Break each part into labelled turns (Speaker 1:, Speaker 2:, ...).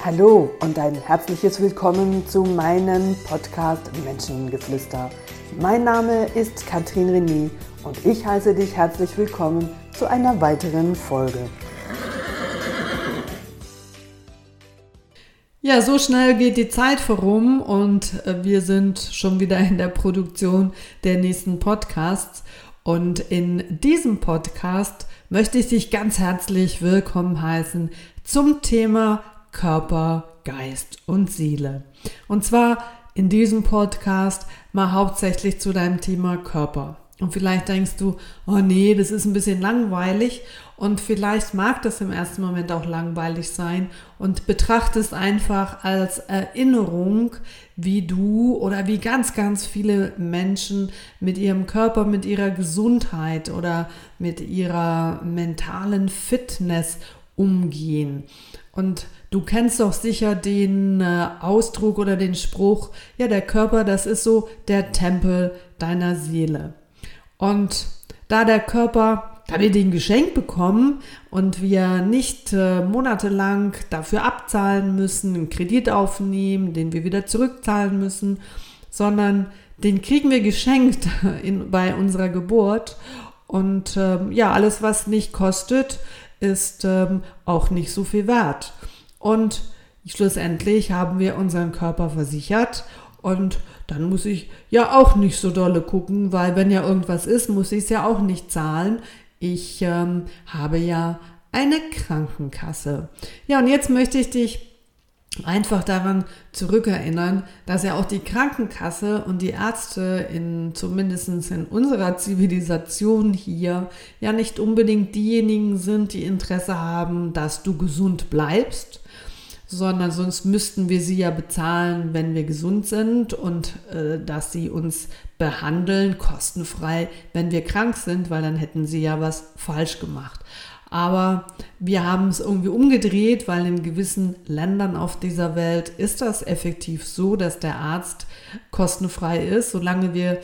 Speaker 1: Hallo und ein herzliches Willkommen zu meinem Podcast Menschengeflüster. Mein Name ist Katrin René und ich heiße dich herzlich willkommen zu einer weiteren Folge.
Speaker 2: Ja, so schnell geht die Zeit vorum und wir sind schon wieder in der Produktion der nächsten Podcasts. Und in diesem Podcast möchte ich dich ganz herzlich willkommen heißen zum Thema Körper, Geist und Seele. Und zwar in diesem Podcast mal hauptsächlich zu deinem Thema Körper. Und vielleicht denkst du, oh nee, das ist ein bisschen langweilig und vielleicht mag das im ersten Moment auch langweilig sein und betrachtest einfach als Erinnerung, wie du oder wie ganz, ganz viele Menschen mit ihrem Körper, mit ihrer Gesundheit oder mit ihrer mentalen Fitness umgehen. Und du kennst doch sicher den Ausdruck oder den Spruch, ja, der Körper, das ist so der Tempel deiner Seele. Und da wir den geschenkt bekommen und wir nicht monatelang dafür abzahlen müssen, einen Kredit aufnehmen, den wir wieder zurückzahlen müssen, sondern den kriegen wir geschenkt bei unserer Geburt. Und alles, was nicht kostet, ist auch nicht so viel wert. Und schlussendlich haben wir unseren Körper versichert und dann muss ich ja auch nicht so dolle gucken, weil wenn ja irgendwas ist, muss ich es ja auch nicht zahlen. Ich habe ja eine Krankenkasse. Ja, und jetzt möchte ich dich einfach daran zurückerinnern, dass ja auch die Krankenkasse und die Ärzte zumindest in unserer Zivilisation hier ja nicht unbedingt diejenigen sind, die Interesse haben, dass du gesund bleibst, sondern sonst müssten wir sie ja bezahlen, wenn wir gesund sind und dass sie uns behandeln, kostenfrei, wenn wir krank sind, weil dann hätten sie ja was falsch gemacht. Aber wir haben es irgendwie umgedreht, weil in gewissen Ländern auf dieser Welt ist das effektiv so, dass der Arzt kostenfrei ist, solange wir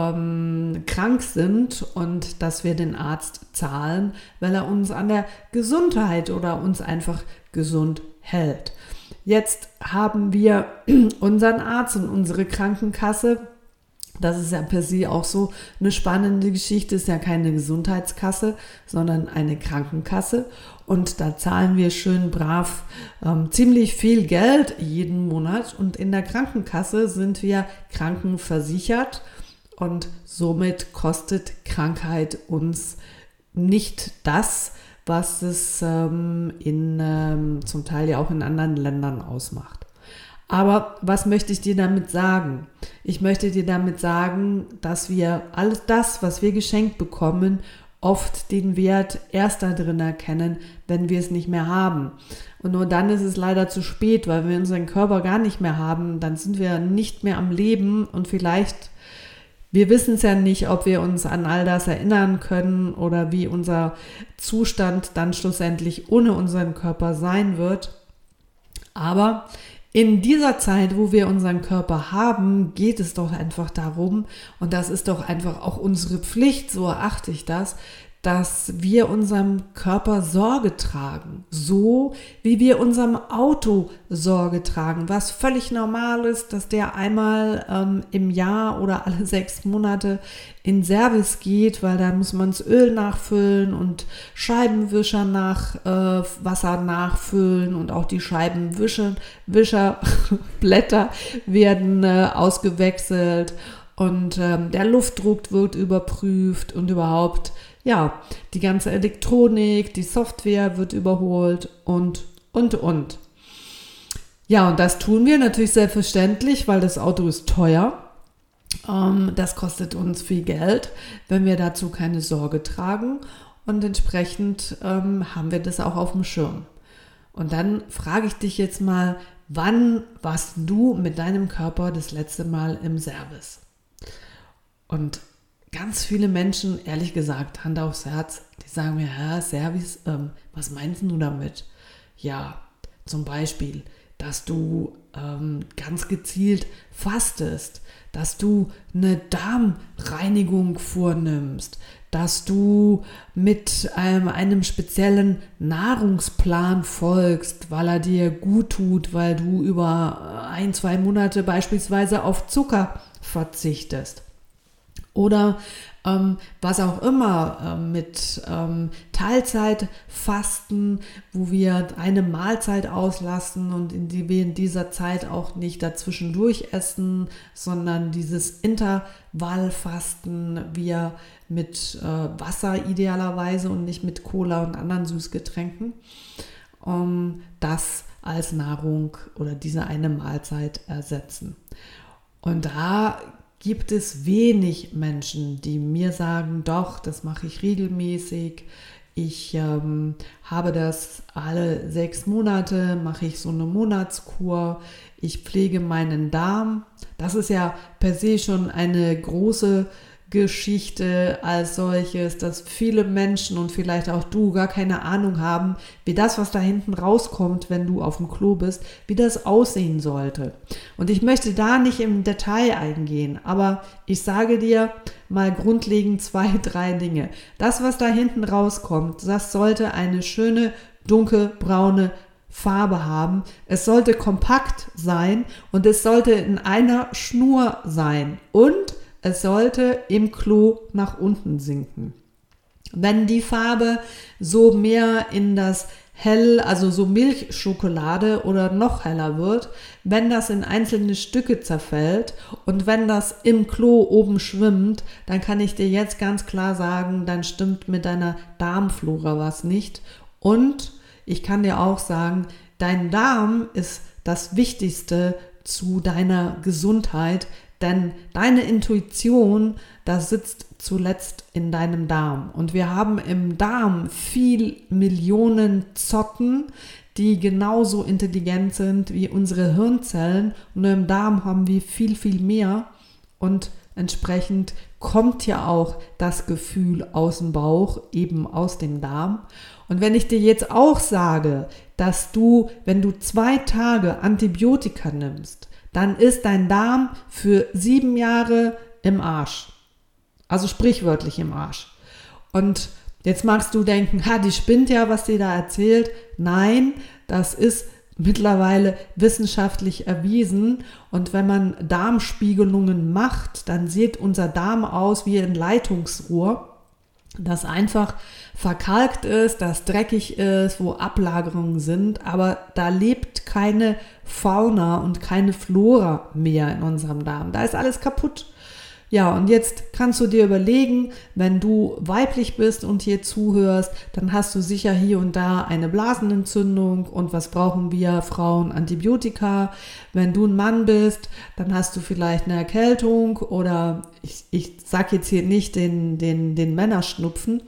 Speaker 2: krank sind und dass wir den Arzt zahlen, weil er uns an der Gesundheit oder uns einfach gesund hält. Jetzt haben wir unseren Arzt und unsere Krankenkasse. Das ist ja per se auch so eine spannende Geschichte, ist ja keine Gesundheitskasse, sondern eine Krankenkasse. Und da zahlen wir schön brav ziemlich viel Geld jeden Monat. Und in der Krankenkasse sind wir krankenversichert und somit kostet Krankheit uns nicht das, was es zum Teil ja auch in anderen Ländern ausmacht. Aber was möchte ich dir damit sagen? Ich möchte dir damit sagen, dass wir alles das, was wir geschenkt bekommen, oft den Wert erst da drin erkennen, wenn wir es nicht mehr haben. Und nur dann ist es leider zu spät, weil wir unseren Körper gar nicht mehr haben, dann sind wir nicht mehr am Leben und vielleicht, wir wissen es ja nicht, ob wir uns an all das erinnern können oder wie unser Zustand dann schlussendlich ohne unseren Körper sein wird. Aber in dieser Zeit, wo wir unseren Körper haben, geht es doch einfach darum, und das ist doch einfach auch unsere Pflicht, so erachte ich das, dass wir unserem Körper Sorge tragen, so wie wir unserem Auto Sorge tragen, was völlig normal ist, dass der einmal im Jahr oder alle 6 Monate in Service geht, weil da muss man das Öl nachfüllen und Scheibenwischer Wasser nachfüllen und auch die Scheibenwischerblätter werden ausgewechselt und der Luftdruck wird überprüft und überhaupt die ganze Elektronik, die Software wird überholt und. Ja, und das tun wir natürlich selbstverständlich, weil das Auto ist teuer. Das kostet uns viel Geld, wenn wir dazu keine Sorge tragen. Und entsprechend haben wir das auch auf dem Schirm. Und dann frage ich dich jetzt mal, wann warst du mit deinem Körper das letzte Mal im Service? Und ganz viele Menschen, ehrlich gesagt, Hand aufs Herz, die sagen mir, Service, was meinst du damit? Ja, zum Beispiel, dass du ganz gezielt fastest, dass du eine Darmreinigung vornimmst, dass du mit einem speziellen Nahrungsplan folgst, weil er dir gut tut, weil du über 1-2 Monate beispielsweise auf Zucker verzichtest. Oder was auch immer mit Teilzeitfasten, wo wir eine Mahlzeit auslassen und in die wir in dieser Zeit auch nicht dazwischendurch essen, sondern dieses Intervallfasten wir mit Wasser idealerweise und nicht mit Cola und anderen Süßgetränken, das als Nahrung oder diese eine Mahlzeit ersetzen. Und da gibt es wenig Menschen, die mir sagen, doch, das mache ich regelmäßig. Ich habe das alle 6 Monate, mache ich so eine Monatskur. Ich pflege meinen Darm. Das ist ja per se schon eine große Geschichte als solches, dass viele Menschen und vielleicht auch du gar keine Ahnung haben, wie das, was da hinten rauskommt, wenn du auf dem Klo bist, wie das aussehen sollte. Und ich möchte da nicht im Detail eingehen, aber ich sage dir mal grundlegend 2, 3 Dinge. Das, was da hinten rauskommt, das sollte eine schöne, dunkelbraune Farbe haben. Es sollte kompakt sein und es sollte in einer Schnur sein und es sollte im Klo nach unten sinken. Wenn die Farbe so mehr in das hell, also so Milchschokolade oder noch heller wird, wenn das in einzelne Stücke zerfällt und wenn das im Klo oben schwimmt, dann kann ich dir jetzt ganz klar sagen, dann stimmt mit deiner Darmflora was nicht. Und ich kann dir auch sagen, dein Darm ist das Wichtigste zu deiner Gesundheit, denn deine Intuition, das sitzt zuletzt in deinem Darm. Und wir haben im Darm Millionen Zotten, die genauso intelligent sind wie unsere Hirnzellen. Und im Darm haben wir viel mehr. Und entsprechend kommt ja auch das Gefühl aus dem Bauch, eben aus dem Darm. Und wenn ich dir jetzt auch sage, dass du, wenn du 2 Tage Antibiotika nimmst, dann ist dein Darm für 7 Jahre im Arsch. Also sprichwörtlich im Arsch. Und jetzt magst du denken, die spinnt ja, was die da erzählt. Nein, das ist mittlerweile wissenschaftlich erwiesen. Und wenn man Darmspiegelungen macht, dann sieht unser Darm aus wie ein Leitungsrohr, das einfach verkalkt ist, das dreckig ist, wo Ablagerungen sind, aber da lebt keine Fauna und keine Flora mehr in unserem Darm. Da ist alles kaputt. Ja, und jetzt kannst du dir überlegen, wenn du weiblich bist und hier zuhörst, dann hast du sicher hier und da eine Blasenentzündung. Und was brauchen wir Frauen? Antibiotika. Wenn du ein Mann bist, dann hast du vielleicht eine Erkältung oder ich sage jetzt hier nicht den Männerschnupfen.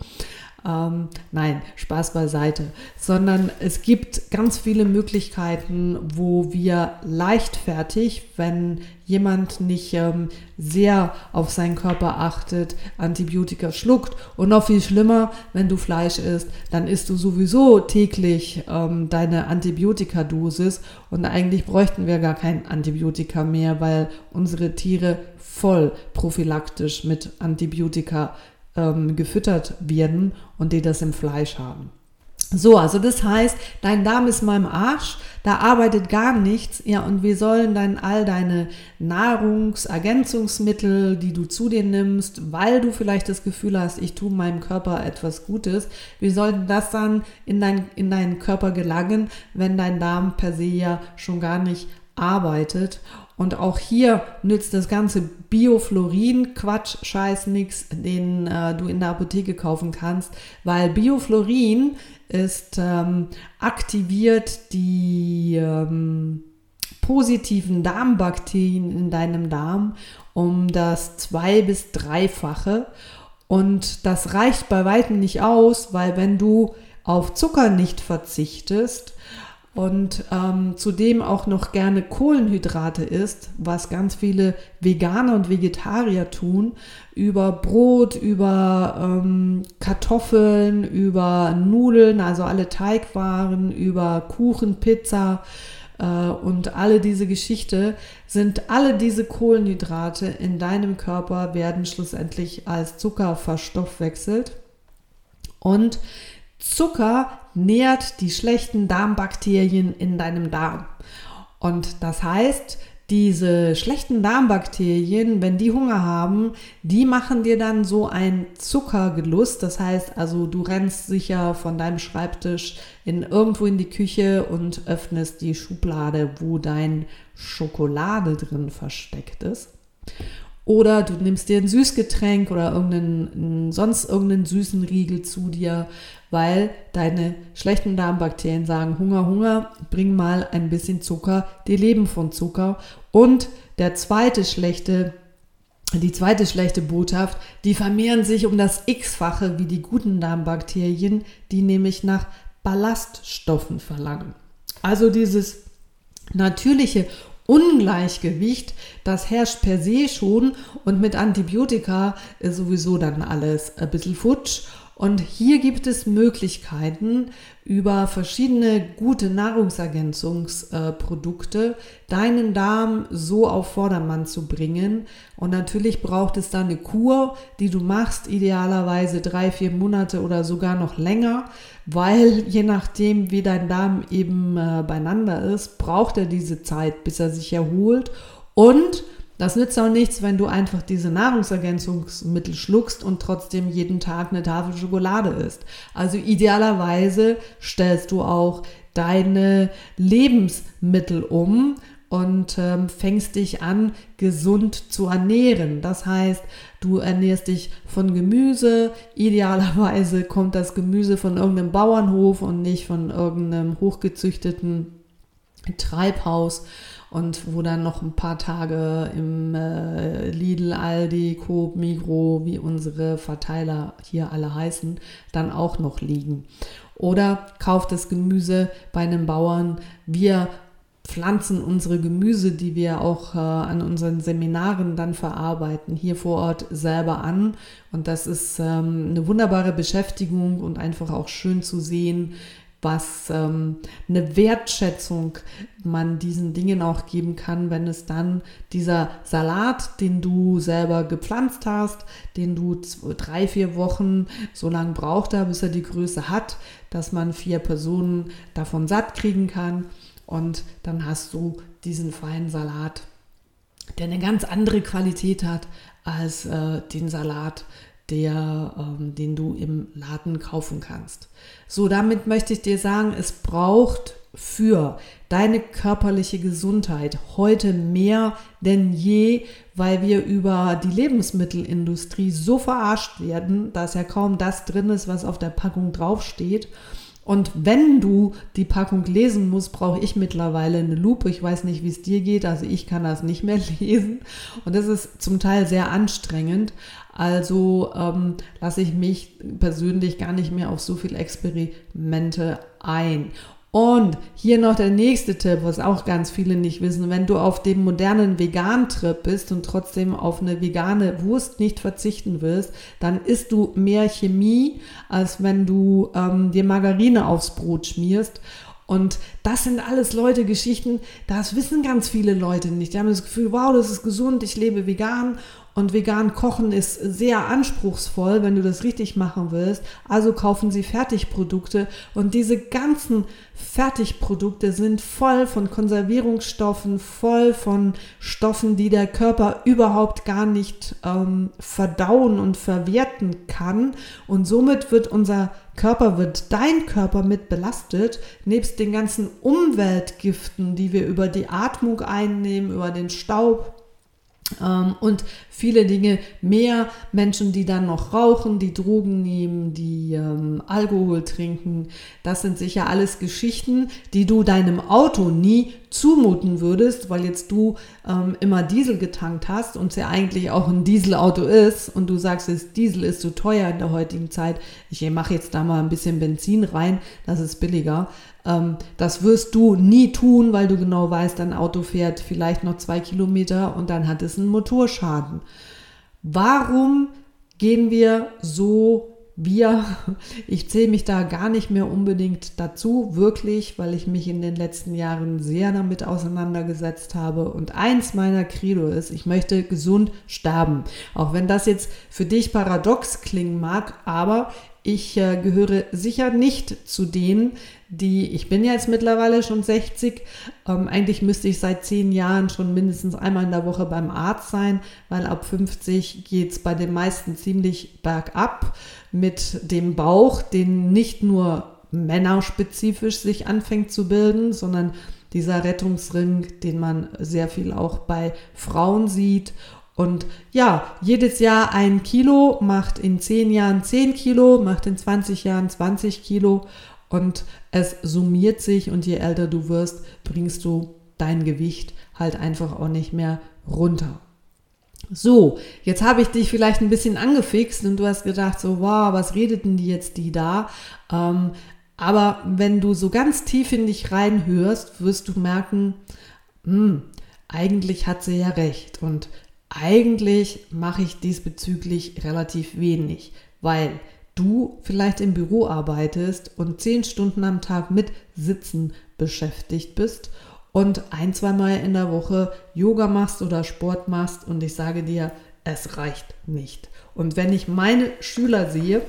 Speaker 2: Nein, Spaß beiseite, sondern es gibt ganz viele Möglichkeiten, wo wir leichtfertig, wenn jemand nicht sehr auf seinen Körper achtet, Antibiotika schluckt. Und noch viel schlimmer, wenn du Fleisch isst, dann isst du sowieso täglich deine Antibiotikadosis und eigentlich bräuchten wir gar kein Antibiotika mehr, weil unsere Tiere voll prophylaktisch mit Antibiotika gefüttert werden und die das im Fleisch haben. So, also das heißt, dein Darm ist mal im Arsch, da arbeitet gar nichts, ja, und wir sollen dann all deine Nahrungsergänzungsmittel, die du zu dir nimmst, weil du vielleicht das Gefühl hast, ich tue meinem Körper etwas Gutes, wir sollten das dann in deinen Körper gelangen, wenn dein Darm per se ja schon gar nicht arbeitet. Und auch hier nützt das ganze Bioflorin, Quatsch, Scheiß, nix, den du in der Apotheke kaufen kannst, weil Bioflorin aktiviert die positiven Darmbakterien in deinem Darm um das 2- bis 3-fache. Und das reicht bei weitem nicht aus, weil wenn du auf Zucker nicht verzichtest, und zudem auch noch gerne Kohlenhydrate isst, was ganz viele Veganer und Vegetarier tun, über Brot, über Kartoffeln, über Nudeln, also alle Teigwaren, über Kuchen, Pizza, und alle diese Geschichte sind alle diese Kohlenhydrate in deinem Körper werden schlussendlich als Zucker verstoffwechselt. Und Zucker nährt die schlechten Darmbakterien in deinem Darm. Und das heißt, diese schlechten Darmbakterien, wenn die Hunger haben, die machen dir dann so ein Zuckergenuss. Das heißt also, du rennst sicher von deinem Schreibtisch irgendwo in die Küche und öffnest die Schublade, wo dein Schokolade drin versteckt ist. Oder du nimmst dir ein Süßgetränk oder sonst irgendeinen süßen Riegel zu dir, weil deine schlechten Darmbakterien sagen, Hunger, Hunger, bring mal ein bisschen Zucker, die leben von Zucker. Und die zweite schlechte Botschaft, die vermehren sich um das X-fache wie die guten Darmbakterien, die nämlich nach Ballaststoffen verlangen. Also dieses natürliche Ungleichgewicht, das herrscht per se schon und mit Antibiotika ist sowieso dann alles ein bisschen futsch. Und hier gibt es Möglichkeiten, über verschiedene gute Nahrungsergänzungsprodukte deinen Darm so auf Vordermann zu bringen. Und natürlich braucht es dann eine Kur, die du machst, idealerweise 3-4 Monate oder sogar noch länger, weil je nachdem, wie dein Darm eben beieinander ist, braucht er diese Zeit, bis er sich erholt. Und das nützt auch nichts, wenn du einfach diese Nahrungsergänzungsmittel schluckst und trotzdem jeden Tag eine Tafel Schokolade isst. Also idealerweise stellst du auch deine Lebensmittel um und fängst dich an, gesund zu ernähren. Das heißt, du ernährst dich von Gemüse. Idealerweise kommt das Gemüse von irgendeinem Bauernhof und nicht von irgendeinem hochgezüchteten Treibhaus. Und wo dann noch ein paar Tage im Lidl, Aldi, Coop, Migros, wie unsere Verteiler hier alle heißen, dann auch noch liegen. Oder kauft das Gemüse bei einem Bauern. Wir pflanzen unsere Gemüse, die wir auch an unseren Seminaren dann verarbeiten, hier vor Ort selber an. Und das ist eine wunderbare Beschäftigung und einfach auch schön zu sehen, was eine Wertschätzung man diesen Dingen auch geben kann, wenn es dann dieser Salat, den du selber gepflanzt hast, den du 3-4 Wochen, so lange braucht er, bis er die Größe hat, dass man 4 Personen davon satt kriegen kann. Und dann hast du diesen feinen Salat, der eine ganz andere Qualität hat als den Salat, den du im Laden kaufen kannst. So, damit möchte ich dir sagen, es braucht für deine körperliche Gesundheit heute mehr denn je, weil wir über die Lebensmittelindustrie so verarscht werden, dass ja kaum das drin ist, was auf der Packung draufsteht. Und wenn du die Packung lesen musst, brauche ich mittlerweile eine Lupe. Ich weiß nicht, wie es dir geht, also ich kann das nicht mehr lesen. Und das ist zum Teil sehr anstrengend. Also lasse ich mich persönlich gar nicht mehr auf so viele Experimente ein. Und hier noch der nächste Tipp, was auch ganz viele nicht wissen. Wenn du auf dem modernen Vegan-Trip bist und trotzdem auf eine vegane Wurst nicht verzichten willst, dann isst du mehr Chemie, als wenn du dir Margarine aufs Brot schmierst. Und das sind alles Geschichten, das wissen ganz viele Leute nicht. Die haben das Gefühl, wow, das ist gesund, ich lebe vegan. Und vegan kochen ist sehr anspruchsvoll, wenn du das richtig machen willst. Also kaufen sie Fertigprodukte. Und diese ganzen Fertigprodukte sind voll von Konservierungsstoffen, voll von Stoffen, die der Körper überhaupt gar nicht verdauen und verwerten kann. Und somit wird dein Körper mit belastet, nebst den ganzen Umweltgiften, die wir über die Atmung einnehmen, über den Staub, und viele Dinge mehr. Menschen, die dann noch rauchen, die Drogen nehmen, die Alkohol trinken, das sind sicher alles Geschichten, die du deinem Auto nie zumuten würdest, weil jetzt du immer Diesel getankt hast und es ja eigentlich auch ein Dieselauto ist und du sagst, Diesel ist so teuer in der heutigen Zeit, ich mache jetzt da mal ein bisschen Benzin rein, das ist billiger. Das wirst du nie tun, weil du genau weißt, dein Auto fährt vielleicht noch 2 Kilometer und dann hat es einen Motorschaden. Warum gehen wir so ich zähle mich da gar nicht mehr unbedingt dazu, wirklich, weil ich mich in den letzten Jahren sehr damit auseinandergesetzt habe. Und eins meiner Credo ist, ich möchte gesund sterben. Auch wenn das jetzt für dich paradox klingen mag, aber ich gehöre sicher nicht zu denen, ich bin jetzt mittlerweile schon 60, eigentlich müsste ich seit 10 Jahren schon mindestens einmal in der Woche beim Arzt sein, weil ab 50 geht es bei den meisten ziemlich bergab mit dem Bauch, den nicht nur männerspezifisch sich anfängt zu bilden, sondern dieser Rettungsring, den man sehr viel auch bei Frauen sieht. Und ja, jedes Jahr 1 Kilo macht in 10 Jahren 10 Kilo, macht in 20 Jahren 20 Kilo und es summiert sich und je älter du wirst, bringst du dein Gewicht halt einfach auch nicht mehr runter. So, jetzt habe ich dich vielleicht ein bisschen angefixt und du hast gedacht so, wow, was redeten die da? Aber wenn du so ganz tief in dich reinhörst, wirst du merken, eigentlich hat sie ja recht und eigentlich mache ich diesbezüglich relativ wenig, weil du vielleicht im Büro arbeitest und 10 Stunden am Tag mit Sitzen beschäftigt bist und 1-2 Mal in der Woche Yoga machst oder Sport machst und ich sage dir, es reicht nicht. Und wenn ich meine Schüler sehe,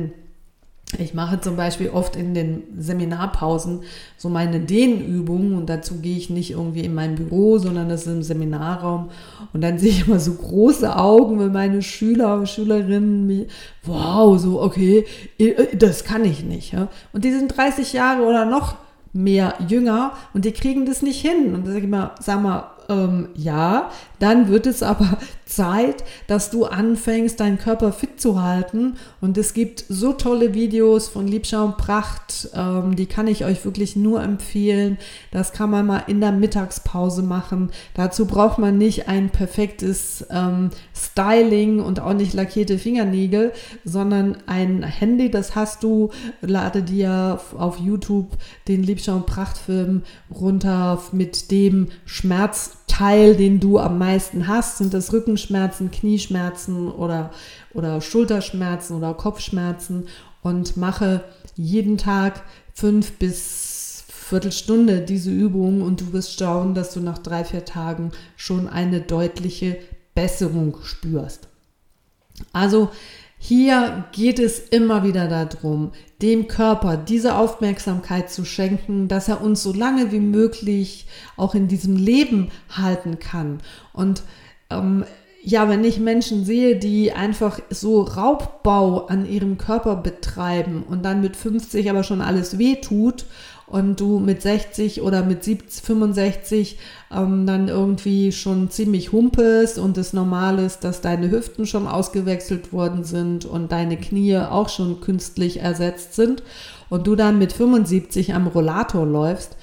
Speaker 2: ich mache zum Beispiel oft in den Seminarpausen so meine Dehnübungen und dazu gehe ich nicht irgendwie in mein Büro, sondern das ist im Seminarraum und dann sehe ich immer so große Augen, wenn meine Schüler und Schülerinnen, wow, so okay, das kann ich nicht. Ja? Und die sind 30 Jahre oder noch mehr jünger und die kriegen das nicht hin. Und da sage ich immer, sag mal, ja, dann wird es aber Zeit, dass du anfängst, deinen Körper fit zu halten. Und es gibt so tolle Videos von Liebschau und Pracht, die kann ich euch wirklich nur empfehlen. Das kann man mal in der Mittagspause machen. Dazu braucht man nicht ein perfektes Styling und auch nicht lackierte Fingernägel, sondern ein Handy, das hast du, lade dir auf YouTube den Liebschau und Pracht Film runter mit dem Schmerzteil, den du am meisten hast. Sind das Rückenschmerzen, Knieschmerzen oder Schulterschmerzen oder Kopfschmerzen und mache jeden Tag 5 bis Viertelstunde diese Übung und du wirst staunen, dass du nach 3-4 Tagen schon eine deutliche Besserung spürst. Also hier geht es immer wieder darum, dem Körper diese Aufmerksamkeit zu schenken, dass er uns so lange wie möglich auch in diesem Leben halten kann. Und wenn ich Menschen sehe, die einfach so Raubbau an ihrem Körper betreiben und dann mit 50 aber schon alles wehtut und du mit 60 oder mit 65 dann irgendwie schon ziemlich humpelst und es normal ist, dass deine Hüften schon ausgewechselt worden sind und deine Knie auch schon künstlich ersetzt sind und du dann mit 75 am Rollator läufst.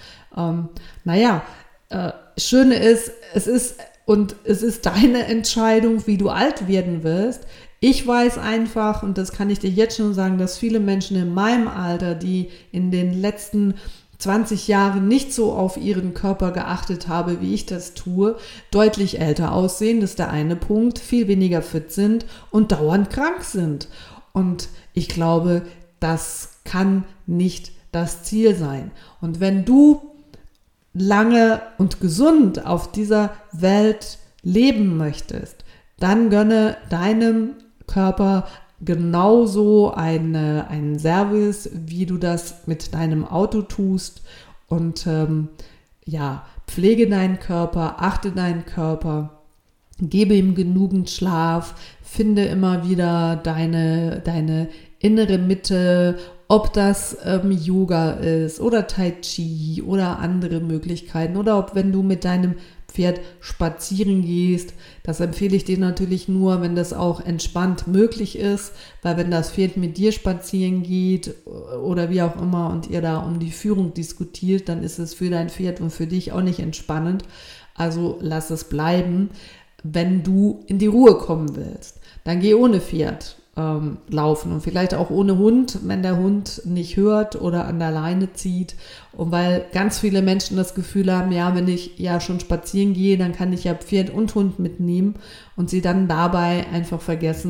Speaker 2: Schöne ist, es ist deine Entscheidung, wie du alt werden wirst. Ich weiß einfach, und das kann ich dir jetzt schon sagen, dass viele Menschen in meinem Alter, die in den letzten 20 Jahren nicht so auf ihren Körper geachtet habe, wie ich das tue, deutlich älter aussehen, das ist der eine Punkt, viel weniger fit sind und dauernd krank sind. Und ich glaube, das kann nicht das Ziel sein. Und wenn du lange und gesund auf dieser Welt leben möchtest, dann gönne deinem Körper genauso einen Service, wie du das mit deinem Auto tust und pflege deinen Körper, achte deinen Körper, gebe ihm genügend Schlaf, finde immer wieder deine innere Mitte, ob das Yoga ist oder Tai Chi oder andere Möglichkeiten oder ob wenn du mit deinem Pferd spazieren gehst, das empfehle ich dir natürlich nur, wenn das auch entspannt möglich ist, weil wenn das Pferd mit dir spazieren geht oder wie auch immer und ihr da um die Führung diskutiert, dann ist es für dein Pferd und für dich auch nicht entspannend. Also lass es bleiben. Wenn du in die Ruhe kommen willst, dann geh ohne Pferd laufen und vielleicht auch ohne Hund, wenn der Hund nicht hört oder an der Leine zieht. Und weil ganz viele Menschen das Gefühl haben, ja, wenn ich ja schon spazieren gehe, dann kann ich ja Pferd und Hund mitnehmen und sie dann dabei einfach vergessen,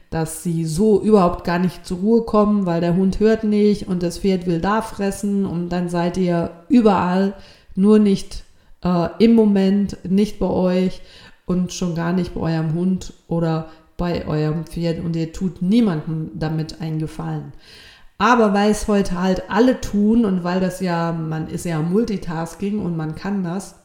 Speaker 2: dass sie so überhaupt gar nicht zur Ruhe kommen, weil der Hund hört nicht und das Pferd will da fressen und dann seid ihr überall, nur nicht im Moment, nicht bei euch und schon gar nicht bei eurem Hund oder bei eurem Pferd und ihr tut niemandem damit einen Gefallen. Aber weil es heute halt alle tun und weil das ja, man ist ja Multitasking und man kann das,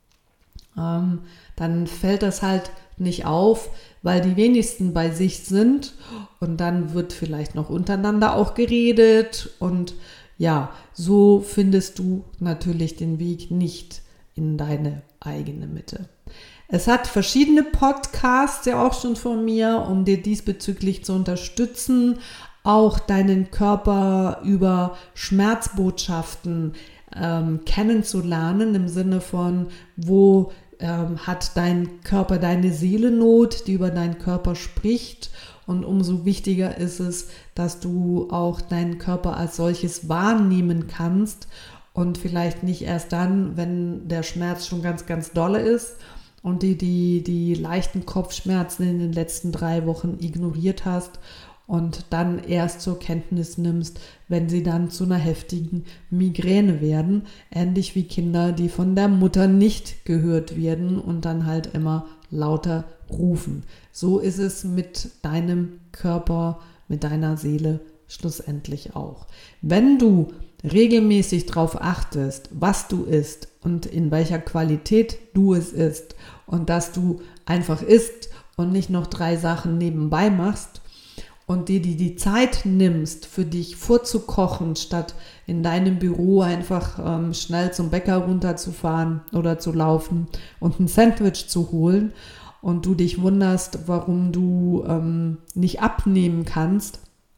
Speaker 2: dann fällt das halt nicht auf, weil die wenigsten bei sich sind und dann wird vielleicht noch untereinander auch geredet und ja, so findest du natürlich den Weg nicht in deine eigene Mitte. Es hat verschiedene Podcasts ja auch schon von mir, um dir diesbezüglich zu unterstützen, auch deinen Körper über Schmerzbotschaften kennenzulernen, im Sinne von, wo hat dein Körper deine Seelennot, die über deinen Körper spricht. Und umso wichtiger ist es, dass du auch deinen Körper als solches wahrnehmen kannst und vielleicht nicht erst dann, wenn der Schmerz schon ganz, ganz dolle ist und die leichten Kopfschmerzen in den letzten 3 Wochen ignoriert hast und dann erst zur Kenntnis nimmst, wenn sie dann zu einer heftigen Migräne werden, ähnlich wie Kinder, die von der Mutter nicht gehört werden und dann halt immer lauter rufen. So ist es mit deinem Körper, mit deiner Seele schlussendlich auch. Wenn du regelmäßig darauf achtest, was du isst und in welcher Qualität du es isst und dass du einfach isst und nicht noch 3 Sachen nebenbei machst und dir die Zeit nimmst, für dich vorzukochen, statt in deinem Büro einfach schnell zum Bäcker runterzufahren oder zu laufen und ein Sandwich zu holen und du dich wunderst, warum du nicht abnehmen kannst,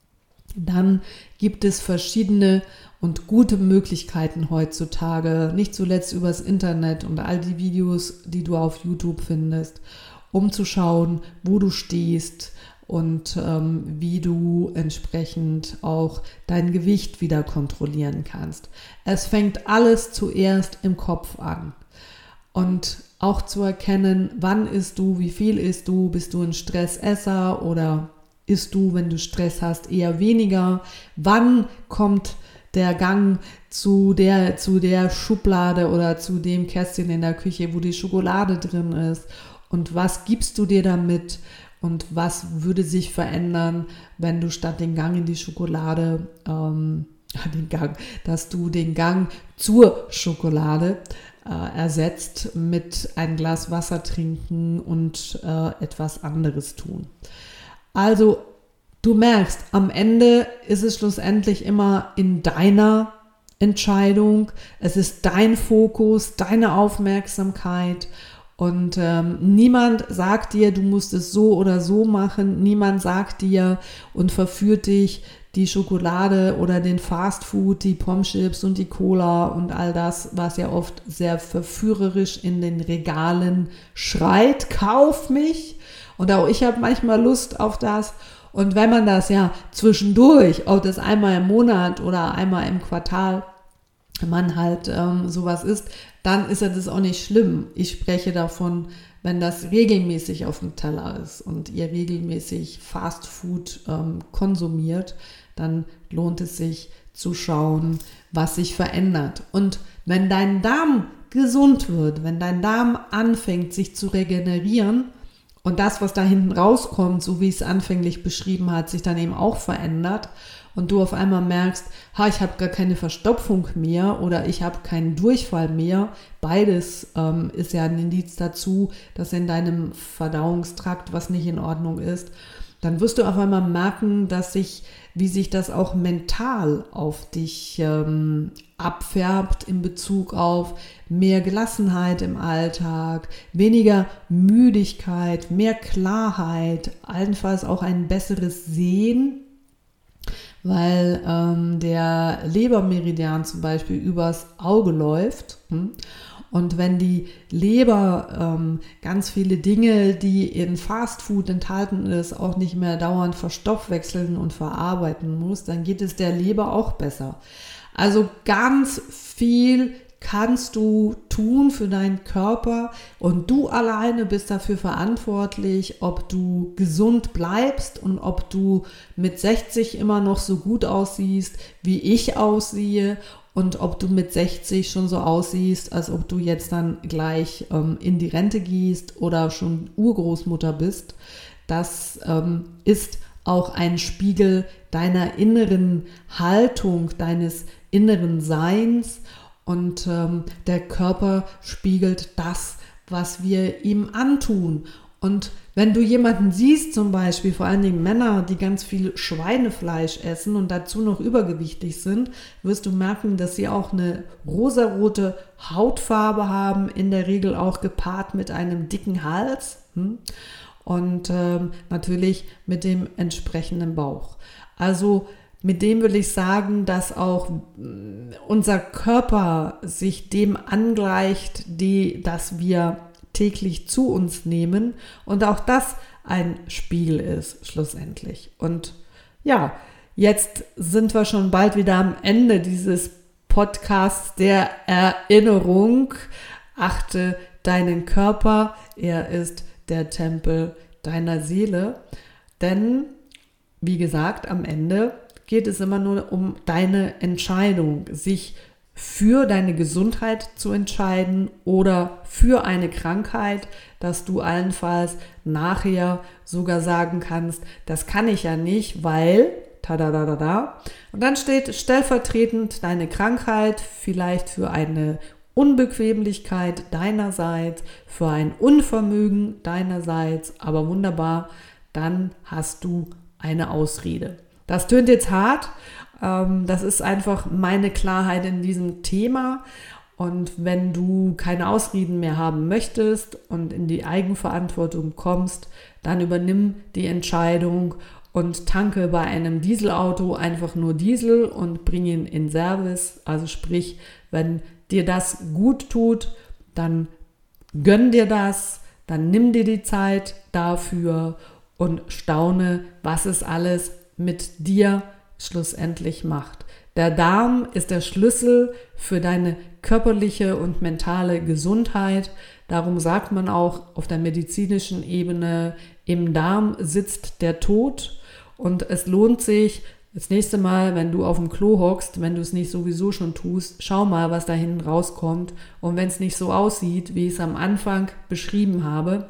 Speaker 2: dann gibt es verschiedene und gute Möglichkeiten heutzutage, nicht zuletzt übers Internet und all die Videos, die du auf YouTube findest, um zu schauen, wo du stehst und wie du entsprechend auch dein Gewicht wieder kontrollieren kannst. Es fängt alles zuerst im Kopf an. Und auch zu erkennen, wann isst du, wie viel isst du, bist du ein Stressesser oder isst du, wenn du Stress hast, eher weniger? Wann kommt der Gang zu der Schublade oder zu dem Kästchen in der Küche, wo die Schokolade drin ist? Und was gibst du dir damit? Und was würde sich verändern, wenn du statt den Gang in die Schokolade, dass du den Gang zur Schokolade ersetzt mit ein Glas Wasser trinken und etwas anderes tun. Also du merkst, am Ende ist es schlussendlich immer in deiner Entscheidung. Es ist dein Fokus, deine Aufmerksamkeit. Und niemand sagt dir, du musst es so oder so machen. Niemand sagt dir und verführt dich, die Schokolade oder den Fastfood, die Pommes-Chips und die Cola und all das, was ja oft sehr verführerisch in den Regalen schreit, kauf mich. Und auch ich habe manchmal Lust auf das. Und wenn man das ja zwischendurch, ob das einmal im Monat oder einmal im Quartal, man halt sowas isst, dann ist ja das auch nicht schlimm. Ich spreche davon, wenn das regelmäßig auf dem Teller ist und ihr regelmäßig Fastfood konsumiert, dann lohnt es sich zu schauen, was sich verändert. Und wenn dein Darm gesund wird, wenn dein Darm anfängt, sich zu regenerieren und das, was da hinten rauskommt, so wie ich es anfänglich beschrieben hat, sich dann eben auch verändert und du auf einmal merkst, ich habe gar keine Verstopfung mehr oder ich habe keinen Durchfall mehr. Beides ist ja ein Indiz dazu, dass in deinem Verdauungstrakt was nicht in Ordnung ist. Dann wirst du auf einmal merken, wie sich das auch mental auf dich abfärbt in Bezug auf mehr Gelassenheit im Alltag, weniger Müdigkeit, mehr Klarheit, allenfalls auch ein besseres Sehen, weil der Lebermeridian zum Beispiel übers Auge läuft. Und wenn die Leber ganz viele Dinge, die in Fastfood enthalten ist, auch nicht mehr dauernd verstoffwechseln und verarbeiten muss, dann geht es der Leber auch besser. Also ganz viel kannst du tun für deinen Körper und du alleine bist dafür verantwortlich, ob du gesund bleibst und ob du mit 60 immer noch so gut aussiehst, wie ich aussehe und ob du mit 60 schon so aussiehst, als ob du jetzt dann gleich in die Rente gehst oder schon Urgroßmutter bist. Das ist auch ein Spiegel deiner inneren Haltung, deines inneren Seins. Und der Körper spiegelt das, was wir ihm antun. Und wenn du jemanden siehst, zum Beispiel vor allen Dingen Männer, die ganz viel Schweinefleisch essen und dazu noch übergewichtig sind, wirst du merken, dass sie auch eine rosarote Hautfarbe haben, in der Regel auch gepaart mit einem dicken Hals und natürlich mit dem entsprechenden Bauch. Also mit dem will ich sagen, dass auch unser Körper sich dem angleicht, das wir täglich zu uns nehmen und auch das ein Spiegel ist schlussendlich. Und ja, jetzt sind wir schon bald wieder am Ende dieses Podcasts der Erinnerung. Achte deinen Körper, er ist der Tempel deiner Seele, denn wie gesagt, am Ende geht es immer nur um deine Entscheidung, sich für deine Gesundheit zu entscheiden oder für eine Krankheit, dass du allenfalls nachher sogar sagen kannst, das kann ich ja nicht, weil und dann steht stellvertretend deine Krankheit vielleicht für eine Unbequemlichkeit deinerseits, für ein Unvermögen deinerseits, aber wunderbar, dann hast du eine Ausrede. Das tönt jetzt hart, das ist einfach meine Klarheit in diesem Thema und wenn du keine Ausreden mehr haben möchtest und in die Eigenverantwortung kommst, dann übernimm die Entscheidung und tanke bei einem Dieselauto einfach nur Diesel und bring ihn in Service, also sprich, wenn dir das gut tut, dann gönn dir das, dann nimm dir die Zeit dafür und staune, was es alles mit dir schlussendlich macht. Der Darm ist der Schlüssel für deine körperliche und mentale Gesundheit. Darum sagt man auch auf der medizinischen Ebene, im Darm sitzt der Tod und es lohnt sich, das nächste Mal, wenn du auf dem Klo hockst, wenn du es nicht sowieso schon tust, schau mal, was da hinten rauskommt und wenn es nicht so aussieht, wie ich es am Anfang beschrieben habe,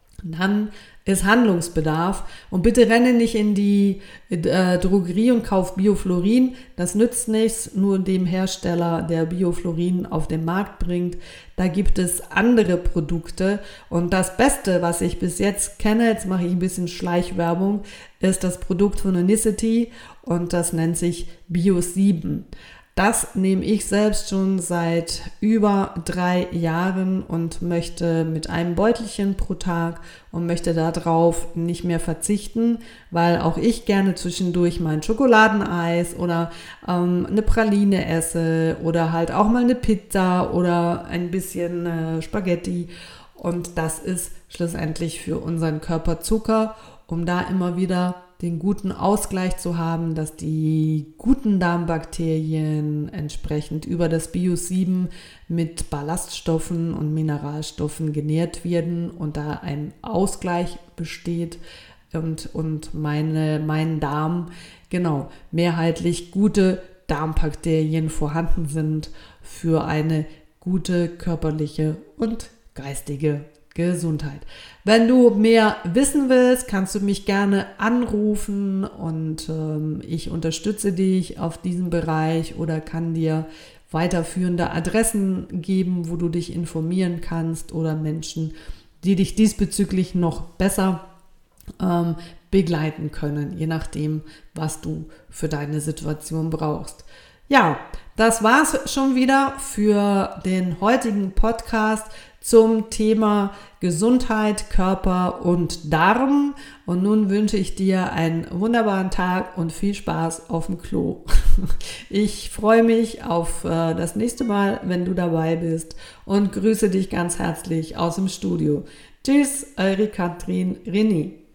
Speaker 2: dann ist Handlungsbedarf und bitte renne nicht in die Drogerie und kauf Bioflorin, das nützt nichts, nur dem Hersteller, der Bioflorin auf den Markt bringt, da gibt es andere Produkte und das Beste, was ich bis jetzt kenne, jetzt mache ich ein bisschen Schleichwerbung, ist das Produkt von Unicity und das nennt sich Bio7. Das nehme ich selbst schon seit über 3 Jahren und möchte mit einem Beutelchen pro Tag und möchte darauf nicht mehr verzichten, weil auch ich gerne zwischendurch mein Schokoladeneis oder eine Praline esse oder halt auch mal eine Pizza oder ein bisschen Spaghetti und das ist schlussendlich für unseren Körper Zucker, um da immer wieder den guten Ausgleich zu haben, dass die guten Darmbakterien entsprechend über das Bio7 mit Ballaststoffen und Mineralstoffen genährt werden und da ein Ausgleich besteht und mein Darm, genau, mehrheitlich gute Darmbakterien vorhanden sind für eine gute körperliche und geistige Gesundheit. Wenn du mehr wissen willst, kannst du mich gerne anrufen und ich unterstütze dich auf diesem Bereich oder kann dir weiterführende Adressen geben, wo du dich informieren kannst oder Menschen, die dich diesbezüglich noch besser begleiten können, je nachdem, was du für deine Situation brauchst. Ja, das war's schon wieder für den heutigen Podcast zum Thema Gesundheit, Körper und Darm. Und nun wünsche ich dir einen wunderbaren Tag und viel Spaß auf dem Klo. Ich freue mich auf das nächste Mal, wenn du dabei bist und grüße dich ganz herzlich aus dem Studio. Tschüss, eure Katrin René.